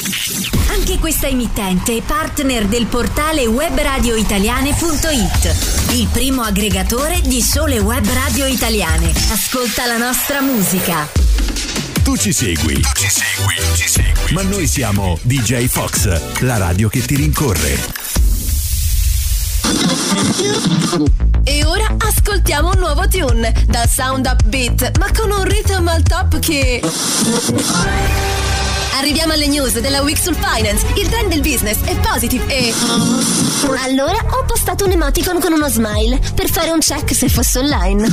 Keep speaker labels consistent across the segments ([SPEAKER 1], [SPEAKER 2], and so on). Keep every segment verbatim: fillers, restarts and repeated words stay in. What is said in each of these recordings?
[SPEAKER 1] Anche questa emittente è partner del portale webradioitaliane punto it, il primo aggregatore di sole web radio italiane. Ascolta la nostra musica.
[SPEAKER 2] Tu ci segui. Tu ci segui, ci segui. Ma noi siamo D J Fox, la radio che ti rincorre.
[SPEAKER 3] E ora ascoltiamo un nuovo tune dal sound upbeat, ma con un rhythm al top che... Arriviamo alle news della week sul finance. Il trend del business è positive e...
[SPEAKER 4] Allora ho postato un emoticon con uno smile per fare un check se fosse online.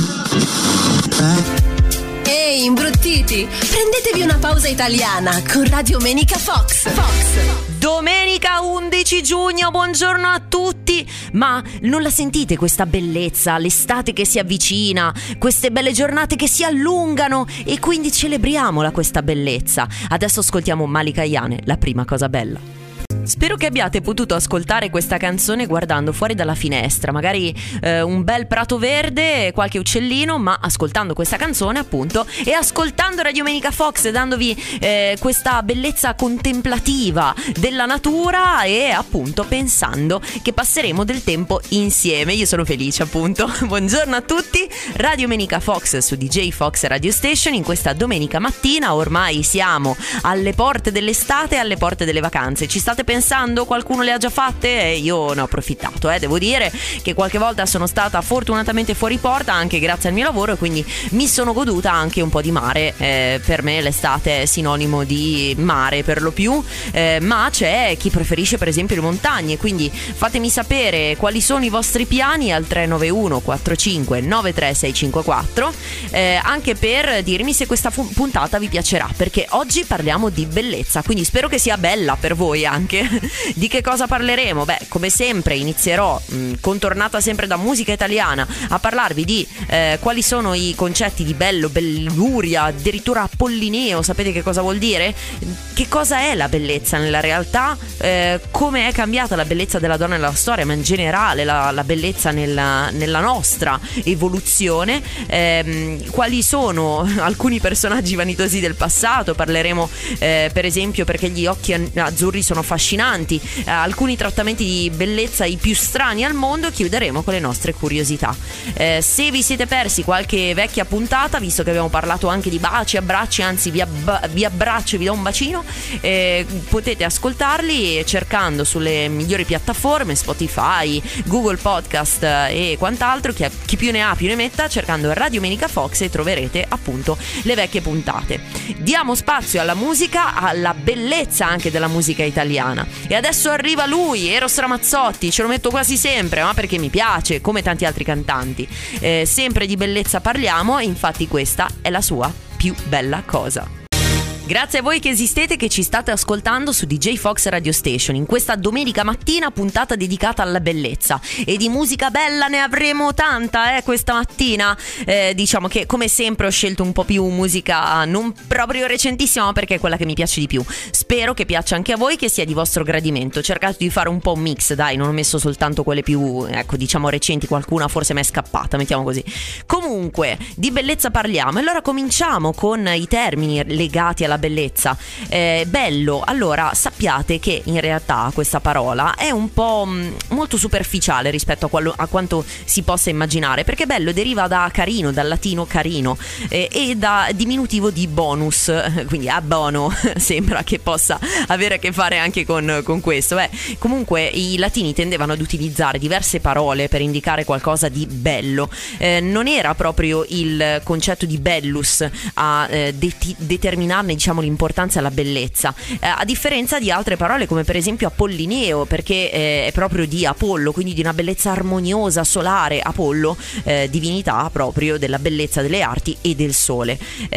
[SPEAKER 3] Ehi, imbruttiti, prendetevi una pausa italiana con Radio Menica Fox. Fox.
[SPEAKER 5] Domenica undici giugno, buongiorno a tutti. Ma non la sentite questa bellezza? L'estate che si avvicina, queste belle giornate che si allungano, e quindi celebriamola questa bellezza. Adesso ascoltiamo Malika Ayane, La prima cosa bella. Spero che abbiate potuto ascoltare questa canzone guardando fuori dalla finestra, magari eh, un bel prato verde, qualche uccellino, ma ascoltando questa canzone appunto e ascoltando Radio Menica Fox, dandovi eh, questa bellezza contemplativa della natura e appunto pensando che passeremo del tempo insieme. Io sono felice appunto. Buongiorno a tutti, Radio Menica Fox su D J Fox Radio Station in questa domenica mattina. Ormai siamo alle porte dell'estate, alle porte delle vacanze. Ci state pensando? Qualcuno le ha già fatte? E io ne ho approfittato, eh. Devo dire che qualche volta sono stata fortunatamente fuori porta anche grazie al mio lavoro, e quindi mi sono goduta anche un po' di mare. eh, Per me l'estate è sinonimo di mare per lo più, eh, ma c'è chi preferisce per esempio le montagne, quindi fatemi sapere quali sono i vostri piani al tre nove uno quattro cinque nove tre sei cinque quattro, eh, anche per dirmi se questa fu- puntata vi piacerà, perché oggi parliamo di bellezza, quindi spero che sia bella per voi anche. Di che cosa parleremo? Beh, come sempre inizierò mh, contornata sempre da musica italiana a parlarvi di eh, quali sono i concetti di bello, belluria, addirittura apollineo. Sapete che cosa vuol dire? Che cosa è la bellezza nella realtà? Eh, come è cambiata la bellezza della donna nella storia, ma in generale la, la bellezza nella, nella nostra evoluzione. Eh, quali sono alcuni personaggi vanitosi del passato? Parleremo eh, per esempio perché gli occhi azzurri sono affascinanti, eh, alcuni trattamenti di bellezza i più strani al mondo. Chiuderemo con le nostre curiosità. Eh, se vi siete persi qualche vecchia puntata, visto che abbiamo parlato anche di baci, abbracci, anzi vi, ab- vi abbraccio e vi do un bacino, eh, potete ascoltarli cercando sulle migliori piattaforme, Spotify, Google Podcast e quant'altro. Chi, chi più ne ha più ne metta, cercando Radio Menica Fox, e troverete appunto le vecchie puntate. Diamo spazio alla musica, alla bellezza anche della musica italiana. E adesso arriva lui, Eros Ramazzotti. Ce lo metto quasi sempre, ma perché mi piace, come tanti altri cantanti. eh, Sempre di bellezza parliamo, infatti questa è la sua più bella cosa. Grazie a voi che esistete, che ci state ascoltando su D J Fox Radio Station in questa domenica mattina, puntata dedicata alla bellezza. E di musica bella ne avremo tanta eh, questa mattina. eh, Diciamo che come sempre ho scelto un po' più musica non proprio recentissima, ma perché è quella che mi piace di più. Spero che piaccia anche a voi, che sia di vostro gradimento. Ho cercato di fare un po' un mix, dai, non ho messo soltanto quelle più, ecco, diciamo recenti. Qualcuna forse mi è scappata, mettiamo così. Comunque, di bellezza parliamo. E allora cominciamo con i termini legati alla bellezza. eh, Bello, allora sappiate che in realtà questa parola è un po' mh, molto superficiale rispetto a, quello, a quanto si possa immaginare, perché bello deriva da carino, dal latino carino, eh, e da diminutivo di bonus, quindi abono. Sembra che possa avere a che fare anche con, con questo. Beh, comunque i latini tendevano ad utilizzare diverse parole per indicare qualcosa di bello. eh, Non era proprio il concetto di bellus a eh, de- determinarne, diciamo, l'importanza alla bellezza, eh, a differenza di altre parole come per esempio apollineo, perché eh, è proprio di Apollo, quindi di una bellezza armoniosa, solare. Apollo, eh, divinità proprio della bellezza, delle arti e del sole.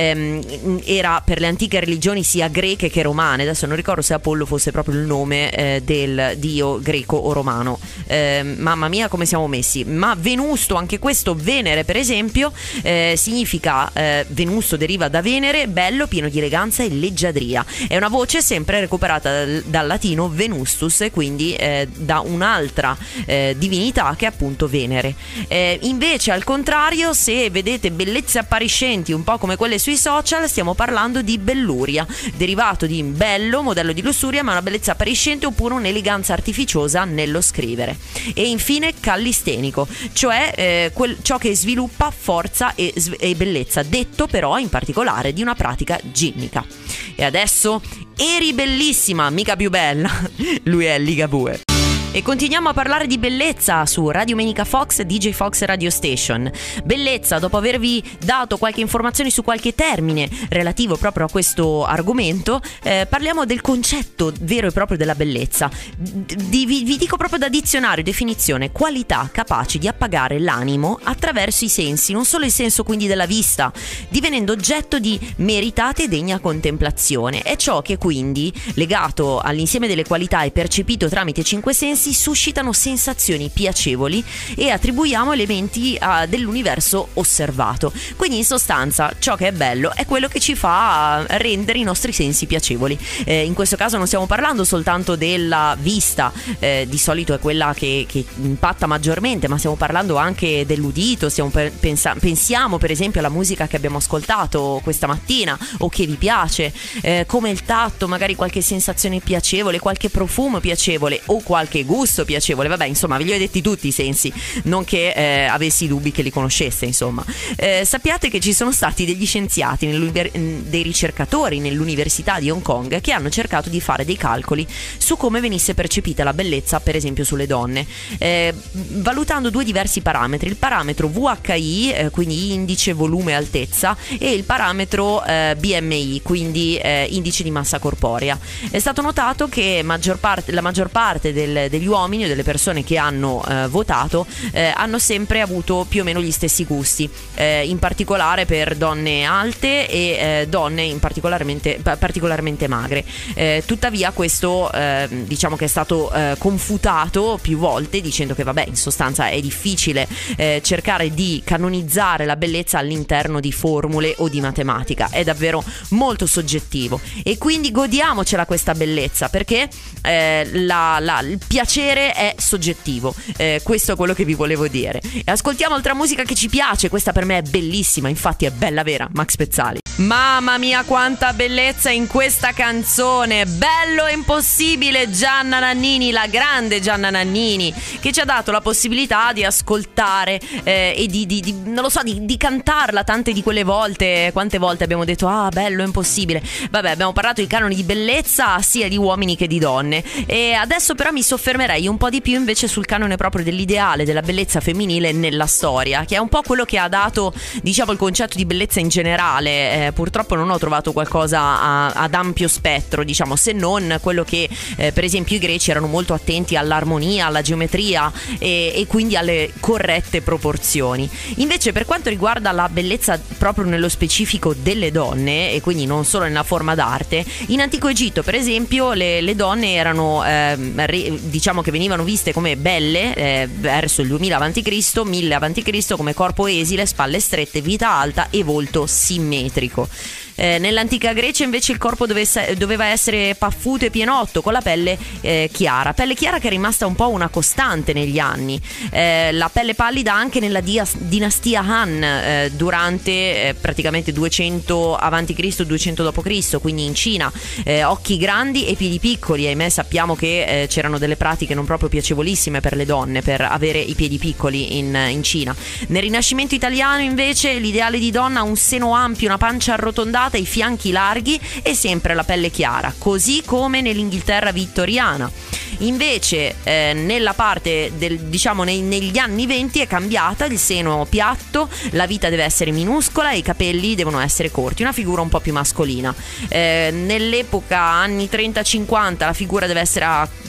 [SPEAKER 5] Eh, era per le antiche religioni sia greche che romane. Adesso non ricordo se Apollo fosse proprio il nome eh, del dio greco o romano. Eh, mamma mia come siamo messi. Ma Venusto, anche questo, Venere per esempio, esempio, eh, significa eh, Venusto deriva da Venere, bello, pieno di eleganza e leggiadria. È una voce sempre recuperata dal, dal latino Venustus, e quindi eh, da un'altra eh, divinità che è appunto Venere. Eh, invece al contrario, se vedete bellezze appariscenti un po' come quelle sui social, stiamo parlando di belluria, derivato di bello, modello di lussuria, ma una bellezza appariscente oppure un'eleganza artificiosa nello scrivere. E infine callistenico, cioè eh, quel, ciò che sviluppa forza e, e bellezza, detto però in particolare di una pratica ginnica. E adesso eri bellissima, mica più bella. Lui è Ligabue. E continuiamo a parlare di bellezza su Radio Menica Fox, D J Fox Radio Station. Bellezza, dopo avervi dato qualche informazione su qualche termine relativo proprio a questo argomento, eh, parliamo del concetto vero e proprio della bellezza. Di, vi, vi dico proprio da dizionario, definizione: qualità capaci di appagare l'animo attraverso i sensi, non solo il senso quindi della vista, divenendo oggetto di meritata e degna contemplazione. È ciò che quindi, legato all'insieme delle qualità e percepito tramite cinque sensi, suscitano sensazioni piacevoli e attribuiamo elementi uh, dell'universo osservato. Quindi in sostanza ciò che è bello è quello che ci fa rendere i nostri sensi piacevoli. Eh, in questo caso non stiamo parlando soltanto della vista, eh, di solito è quella che, che impatta maggiormente, ma stiamo parlando anche dell'udito. Stiamo per, pensa, pensiamo per esempio alla musica che abbiamo ascoltato questa mattina o che vi piace, eh, come il tatto, magari qualche sensazione piacevole, qualche profumo piacevole o qualche gusto piacevole. Vabbè, insomma, ve li ho detti tutti i sensi, non che eh, avessi dubbi che li conoscesse, insomma. Eh, sappiate che ci sono stati degli scienziati, dei ricercatori nell'università di Hong Kong, che hanno cercato di fare dei calcoli su come venisse percepita la bellezza, per esempio sulle donne, eh, valutando due diversi parametri: il parametro V H I, eh, quindi indice volume altezza, e il parametro eh, B M I, quindi eh, indice di massa corporea. È stato notato che maggior parte, la maggior parte del, degli uomini o delle persone che hanno eh, votato eh, hanno sempre avuto più o meno gli stessi gusti, eh, in particolare per donne alte e eh, donne in particolarmente, particolarmente magre. Eh, tuttavia questo eh, diciamo che è stato eh, confutato più volte, dicendo che vabbè, in sostanza è difficile eh, cercare di canonizzare la bellezza all'interno di formule o di matematica, è davvero molto soggettivo, e quindi godiamocela questa bellezza, perché eh, la, la, il piacere è soggettivo. Eh, questo è quello che vi volevo dire. E ascoltiamo altra musica che ci piace. Questa per me è bellissima, infatti è bella vera, Max Pezzali. Mamma mia quanta bellezza in questa canzone, bello e impossibile. Gianna Nannini, la grande Gianna Nannini, che ci ha dato la possibilità di ascoltare eh, e di, di, di non lo so, di, di cantarla tante di quelle volte. Quante volte abbiamo detto ah, bello e impossibile. Vabbè, abbiamo parlato di canoni di bellezza sia di uomini che di donne, e adesso però mi soffermerei un po' di più invece sul canone proprio dell'ideale della bellezza femminile nella storia, che è un po' quello che ha dato, diciamo, il concetto di bellezza in generale. Eh, purtroppo non ho trovato qualcosa a, ad ampio spettro, diciamo, se non quello che eh, per esempio i greci erano molto attenti all'armonia, alla geometria e, e quindi alle corrette proporzioni. Invece per quanto riguarda la bellezza proprio nello specifico delle donne, e quindi non solo nella forma d'arte, in Antico Egitto per esempio le, le donne erano eh, re, diciamo che venivano viste come belle eh, verso il duemila avanti Cristo, mille avanti Cristo, come corpo esile, spalle strette, vita alta e volto simmetrico. Eh, nell'antica Grecia invece il corpo dovesse, doveva essere paffuto e pienotto, con la pelle eh, chiara, pelle chiara che è rimasta un po' una costante negli anni. Eh, la pelle pallida anche nella dia, dinastia Han eh, durante eh, praticamente duecento avanti Cristo, duecento dopo Cristo, quindi in Cina. Eh, occhi grandi e piedi piccoli, ahimè sappiamo che eh, c'erano delle pratiche non proprio piacevolissime per le donne per avere i piedi piccoli in, in Cina. Nel Rinascimento italiano invece l'ideale di donna ha un seno ampio, una pancia arrotondata, i fianchi larghi e sempre la pelle chiara, così come nell'Inghilterra vittoriana. Invece eh, nella parte del, diciamo nei, negli anni venti è cambiata, il seno piatto, la vita deve essere minuscola e i capelli devono essere corti, una figura un po' più mascolina. Eh, nell'epoca anni trenta cinquanta la figura deve essere a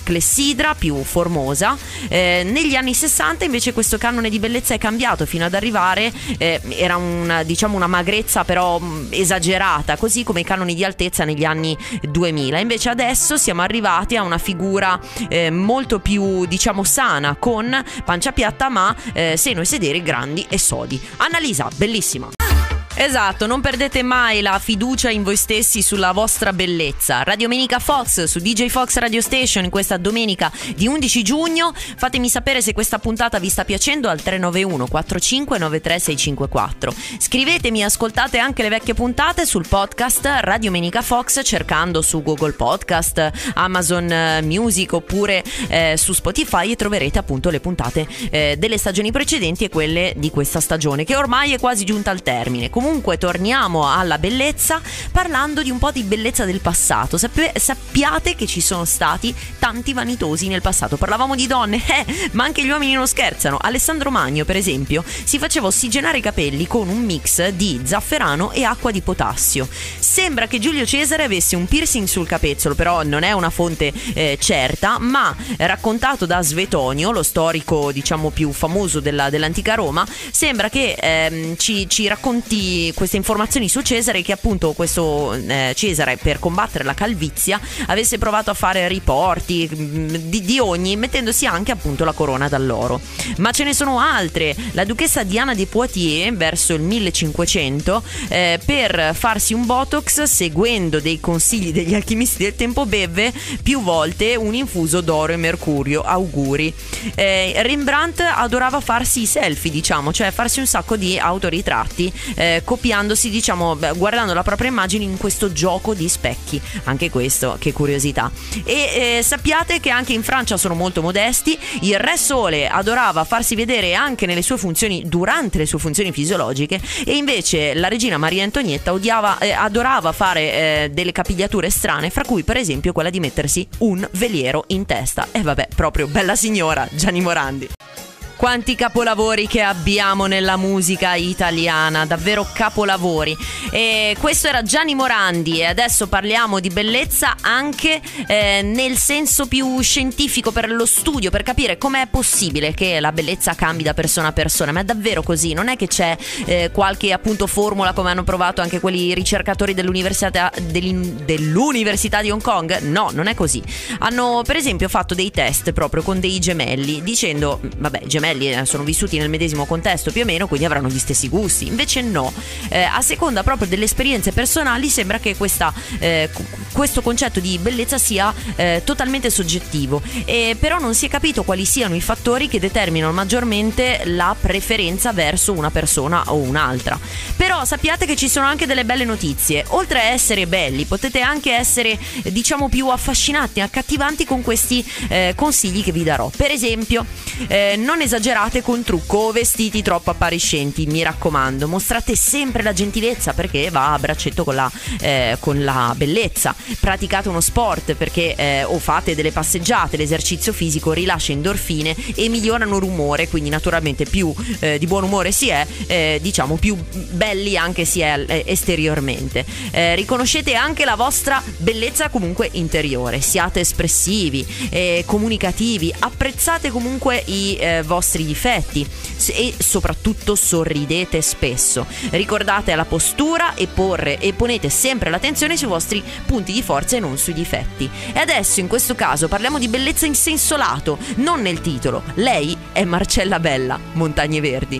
[SPEAKER 5] clessidra, più formosa. Eh, negli anni sessanta invece questo canone di bellezza è cambiato fino ad arrivare, eh, era un, diciamo una magrezza però mh, esagerata, così come i canoni di altezza negli anni duemila. Invece adesso siamo arrivati a una figura eh, molto più, diciamo, sana, con pancia piatta ma eh, seno e sedere grandi e sodi. Annalisa, bellissima. Esatto, non perdete mai la fiducia in voi stessi, sulla vostra bellezza. Radiomenica Fox su D J Fox Radio Station in questa domenica di undici giugno. Fatemi sapere se questa puntata vi sta piacendo al tre nove uno quattro cinque nove tre sei cinque quattro. Scrivetemi, ascoltate anche le vecchie puntate sul podcast Radiomenica Fox cercando su Google Podcast, Amazon Music oppure eh, su Spotify, e troverete appunto le puntate eh, delle stagioni precedenti e quelle di questa stagione che ormai è quasi giunta al termine. Comunque torniamo alla bellezza parlando di un po' di bellezza del passato. Sappia- sappiate che ci sono stati tanti vanitosi nel passato. Parlavamo di donne, eh, ma anche gli uomini non scherzano. Alessandro Magno, per esempio, si faceva ossigenare i capelli con un mix di zafferano e acqua di potassio. Sembra che Giulio Cesare avesse un piercing sul capezzolo, però non è una fonte eh, certa, ma raccontato da Svetonio, lo storico diciamo più famoso della, dell'antica Roma, sembra che ehm, ci, ci racconti queste informazioni su Cesare, che appunto questo eh, Cesare, per combattere la calvizia, avesse provato a fare riporti mh, di, di ogni, mettendosi anche appunto la corona d'alloro. Ma ce ne sono altre. La duchessa Diana de Poitiers verso il millecinquecento eh, per farsi un botox, seguendo dei consigli degli alchimisti del tempo, beve più volte un infuso d'oro e mercurio. Auguri. eh, Rembrandt adorava farsi i selfie, diciamo, cioè farsi un sacco di autoritratti eh, copiandosi, diciamo, guardando la propria immagine in questo gioco di specchi. Anche questo, che curiosità. E eh, sappiate che anche in Francia sono molto modesti. Il Re Sole adorava farsi vedere anche nelle sue funzioni, durante le sue funzioni fisiologiche, e invece la regina Maria Antonietta odiava, eh, adorava fare eh, delle capigliature strane, fra cui per esempio quella di mettersi un veliero in testa. E vabbè, proprio bella signora Gianni Morandi. Quanti capolavori che abbiamo nella musica italiana, davvero capolavori. E questo era Gianni Morandi, e adesso parliamo di bellezza anche eh, nel senso più scientifico, per lo studio, per capire com'è possibile che la bellezza cambi da persona a persona. Ma è davvero così? Non è che c'è eh, qualche appunto formula, come hanno provato anche quelli ricercatori dell'università, dell'università di Hong Kong? No, non è così. Hanno per esempio fatto dei test proprio con dei gemelli, dicendo vabbè, gemelli sono vissuti nel medesimo contesto più o meno, quindi avranno gli stessi gusti. Invece no, eh, a seconda proprio delle esperienze personali sembra che questa, eh, questo concetto di bellezza sia eh, totalmente soggettivo, e però non si è capito quali siano i fattori che determinano maggiormente la preferenza verso una persona o un'altra. Però sappiate che ci sono anche delle belle notizie. Oltre a essere belli, potete anche essere, diciamo, più affascinanti, accattivanti con questi eh, consigli che vi darò. Per esempio, eh, non esagerate con trucco o vestiti troppo appariscenti, mi raccomando. Mostrate sempre la gentilezza, perché va a braccetto con la, eh, con la bellezza. Praticate uno sport, perché eh, o fate delle passeggiate. L'esercizio fisico rilascia endorfine e migliorano l'umore, quindi naturalmente più eh, di buon umore si è, eh, diciamo più belli anche si è eh, esteriormente. Eh, riconoscete anche la vostra bellezza comunque interiore. Siate espressivi, eh, comunicativi, apprezzate comunque i eh, vostri difetti e soprattutto sorridete spesso. Ricordate la postura e porre e ponete sempre l'attenzione sui vostri punti di forza e non sui difetti. E adesso in questo caso parliamo di bellezza in senso lato, non nel titolo. Lei è Marcella Bella, Montagne Verdi.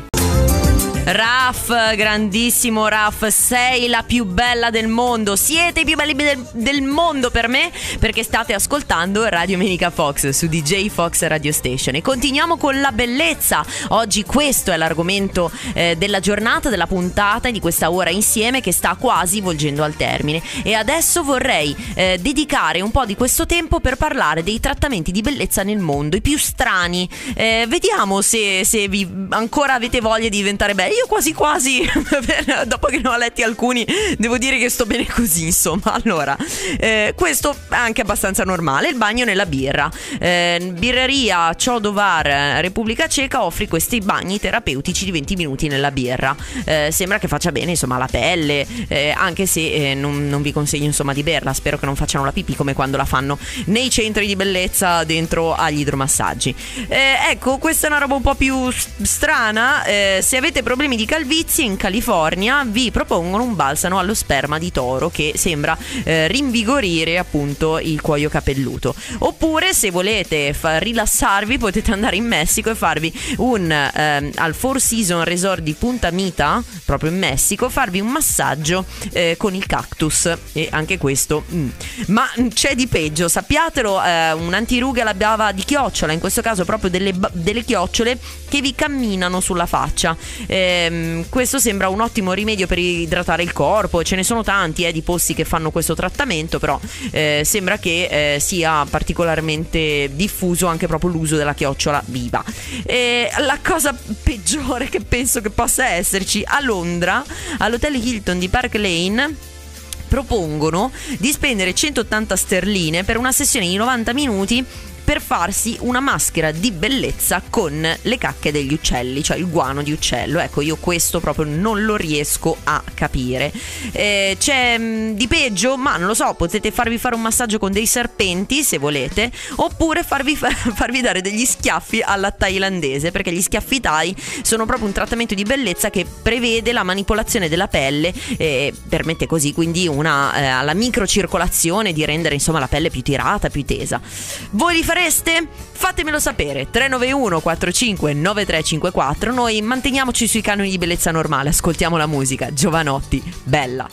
[SPEAKER 5] Raf, grandissimo Raf, sei la più bella del mondo. Siete i più belli del, del mondo per me, perché state ascoltando Radiomenica Fox su D J Fox Radio Station. E continuiamo con la bellezza. Oggi questo è l'argomento eh, della giornata, della puntata, di questa ora insieme che sta quasi volgendo al termine. E adesso vorrei eh, dedicare un po' di questo tempo per parlare dei trattamenti di bellezza nel mondo, i più strani. eh, Vediamo se, se vi ancora avete voglia di diventare belli. io quasi quasi dopo che ne ho letti alcuni devo dire che sto bene così, insomma. Allora, eh, questo è anche abbastanza normale. Il bagno nella birra, eh, birreria Chodovar, Repubblica Ceca, offri questi bagni terapeutici di venti minuti nella birra. Eh, sembra che faccia bene, insomma, alla pelle, eh, anche se eh, non, non vi consiglio, insomma, di berla. Spero che non facciano la pipì come quando la fanno nei centri di bellezza dentro agli idromassaggi. Eh, ecco, questa è una roba un po' più strana. Eh, se avete problemi di calvizie, in California vi propongono un balsamo allo sperma di toro che sembra eh, rinvigorire appunto il cuoio capelluto. Oppure, se volete fa- rilassarvi, potete andare in Messico e farvi un ehm, al Four Seasons Resort di Punta Mita, proprio in Messico, farvi un massaggio eh, con il cactus. E anche questo mm. ma c'è di peggio, sappiatelo. eh, un antiruga alla bava di chiocciola, in questo caso proprio delle, delle chiocciole che vi camminano sulla faccia. Ehm, questo sembra un ottimo rimedio per idratare il corpo. Ce ne sono tanti eh, di posti che fanno questo trattamento, però eh, sembra che eh, sia particolarmente diffuso anche proprio l'uso della chiocciola viva. E la cosa peggiore che penso che possa esserci, a Londra, all'hotel Hilton di Park Lane, propongono di spendere centottanta sterline per una sessione di novanta minuti per farsi una maschera di bellezza con le cacche degli uccelli, cioè il guano di uccello. Ecco, io questo proprio non lo riesco a capire. Eh, c'è mh, di peggio, ma non lo so, potete farvi fare un massaggio con dei serpenti se volete, oppure farvi, fa- farvi dare degli schiaffi alla thailandese, perché gli schiaffi thai sono proprio un trattamento di bellezza che prevede la manipolazione della pelle e permette così quindi una eh, alla microcircolazione di rendere insomma la pelle più tirata, più tesa. Voi li farete? Fatemelo sapere. Tre nove uno quattro cinque nove tre cinque quattro. Noi manteniamoci sui canoni di bellezza normale. Ascoltiamo la musica. Giovanotti, bella.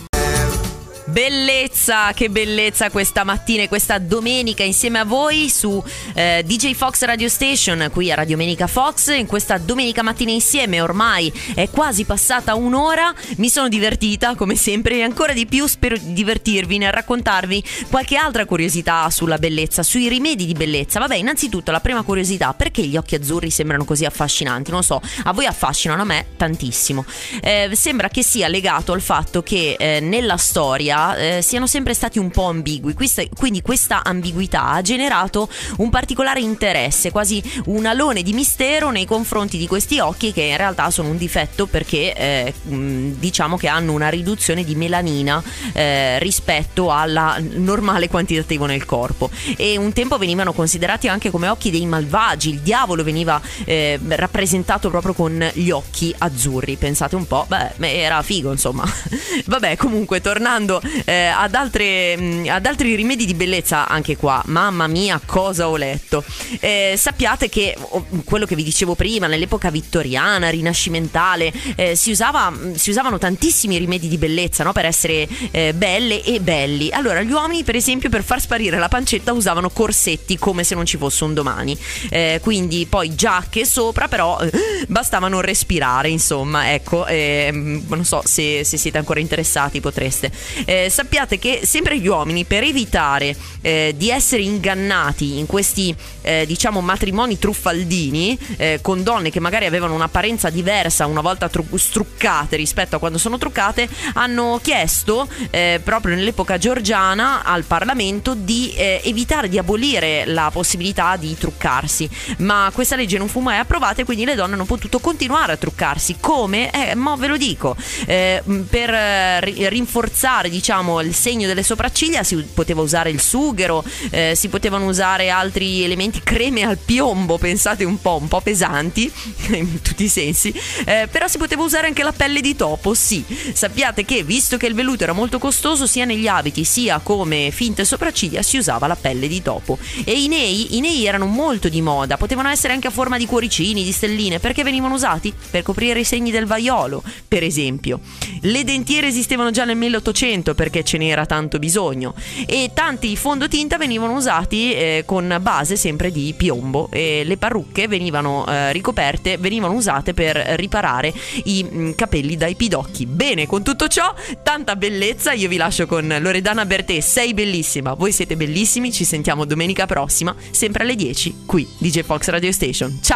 [SPEAKER 5] Bellezza, che bellezza questa mattina e questa domenica insieme a voi su eh, D J Fox Radio Station, qui a Radio Menica Fox. In questa domenica mattina insieme, ormai è quasi passata un'ora, mi sono divertita come sempre e ancora di più spero di divertirvi nel raccontarvi qualche altra curiosità sulla bellezza, sui rimedi di bellezza. Vabbè, innanzitutto la prima curiosità: perché gli occhi azzurri sembrano così affascinanti? Non lo so, a voi affascinano, a me tantissimo. Eh, sembra che sia legato al fatto che eh, nella storia Eh, siano sempre stati un po' ambigui. Questa, quindi questa ambiguità ha generato un particolare interesse, quasi un alone di mistero nei confronti di questi occhi, che in realtà sono un difetto perché eh, diciamo che hanno una riduzione di melanina eh, rispetto alla normale quantitativo nel corpo, e un tempo venivano considerati anche come occhi dei malvagi. Il diavolo veniva eh, rappresentato proprio con gli occhi azzurri, pensate un po'. Beh, era figo, insomma. Vabbè, comunque, tornando Eh, ad, altre, mh, ad altri rimedi di bellezza, anche qua, mamma mia cosa ho letto. Eh, sappiate che oh, quello che vi dicevo prima, nell'epoca vittoriana, rinascimentale, eh, si, usava, si usavano tantissimi rimedi di bellezza, no? Per essere eh, belle e belli. Allora, gli uomini, per esempio, per far sparire la pancetta usavano corsetti come se non ci fosse un domani, eh, quindi poi giacche sopra, però eh, bastava non respirare, insomma, ecco. eh, non so se, se siete ancora interessati, potreste eh, Eh, sappiate che sempre gli uomini, per evitare eh, di essere ingannati in questi eh, diciamo matrimoni truffaldini eh, con donne che magari avevano un'apparenza diversa una volta tru- struccate rispetto a quando sono truccate, hanno chiesto eh, proprio nell'epoca georgiana al Parlamento di eh, evitare, di abolire la possibilità di truccarsi, ma questa legge non fu mai approvata e quindi le donne hanno potuto continuare a truccarsi. Come? Eh, ma ve lo dico, eh, per eh, rinforzare diciamo il segno delle sopracciglia si poteva usare il sughero, eh, si potevano usare altri elementi, creme al piombo, pensate un po', un po' pesanti in tutti i sensi, eh, però si poteva usare anche la pelle di topo. Sì, sappiate che visto che il velluto era molto costoso sia negli abiti sia come finte sopracciglia si usava la pelle di topo. E i nei, i nei erano molto di moda, potevano essere anche a forma di cuoricini, di stelline, perché venivano usati per coprire i segni del vaiolo, per esempio. Le dentiere esistevano già nel milleottocento perché ce n'era tanto bisogno, e tanti fondotinta venivano usati eh, con base sempre di piombo, e le parrucche venivano eh, ricoperte, venivano usate per riparare i mh, capelli dai pidocchi. Bene, con tutto ciò, tanta bellezza, io vi lascio con Loredana Bertè, sei bellissima, voi siete bellissimi, ci sentiamo domenica prossima, sempre alle dieci, qui D J Fox Radio Station. Ciao!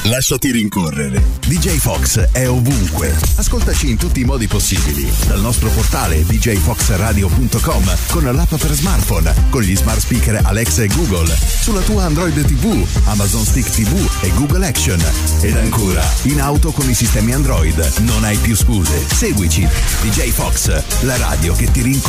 [SPEAKER 2] Lasciati rincorrere. D J Fox è ovunque. Ascoltaci in tutti i modi possibili. Dal nostro portale d j fox radio punto com, con l'app per smartphone, con gli smart speaker Alexa e Google, sulla tua Android tivù, Amazon Stick tivù e Google Action. Ed ancora, in auto con i sistemi Android. Non hai più scuse. Seguici. D J Fox, la radio che ti rincorre.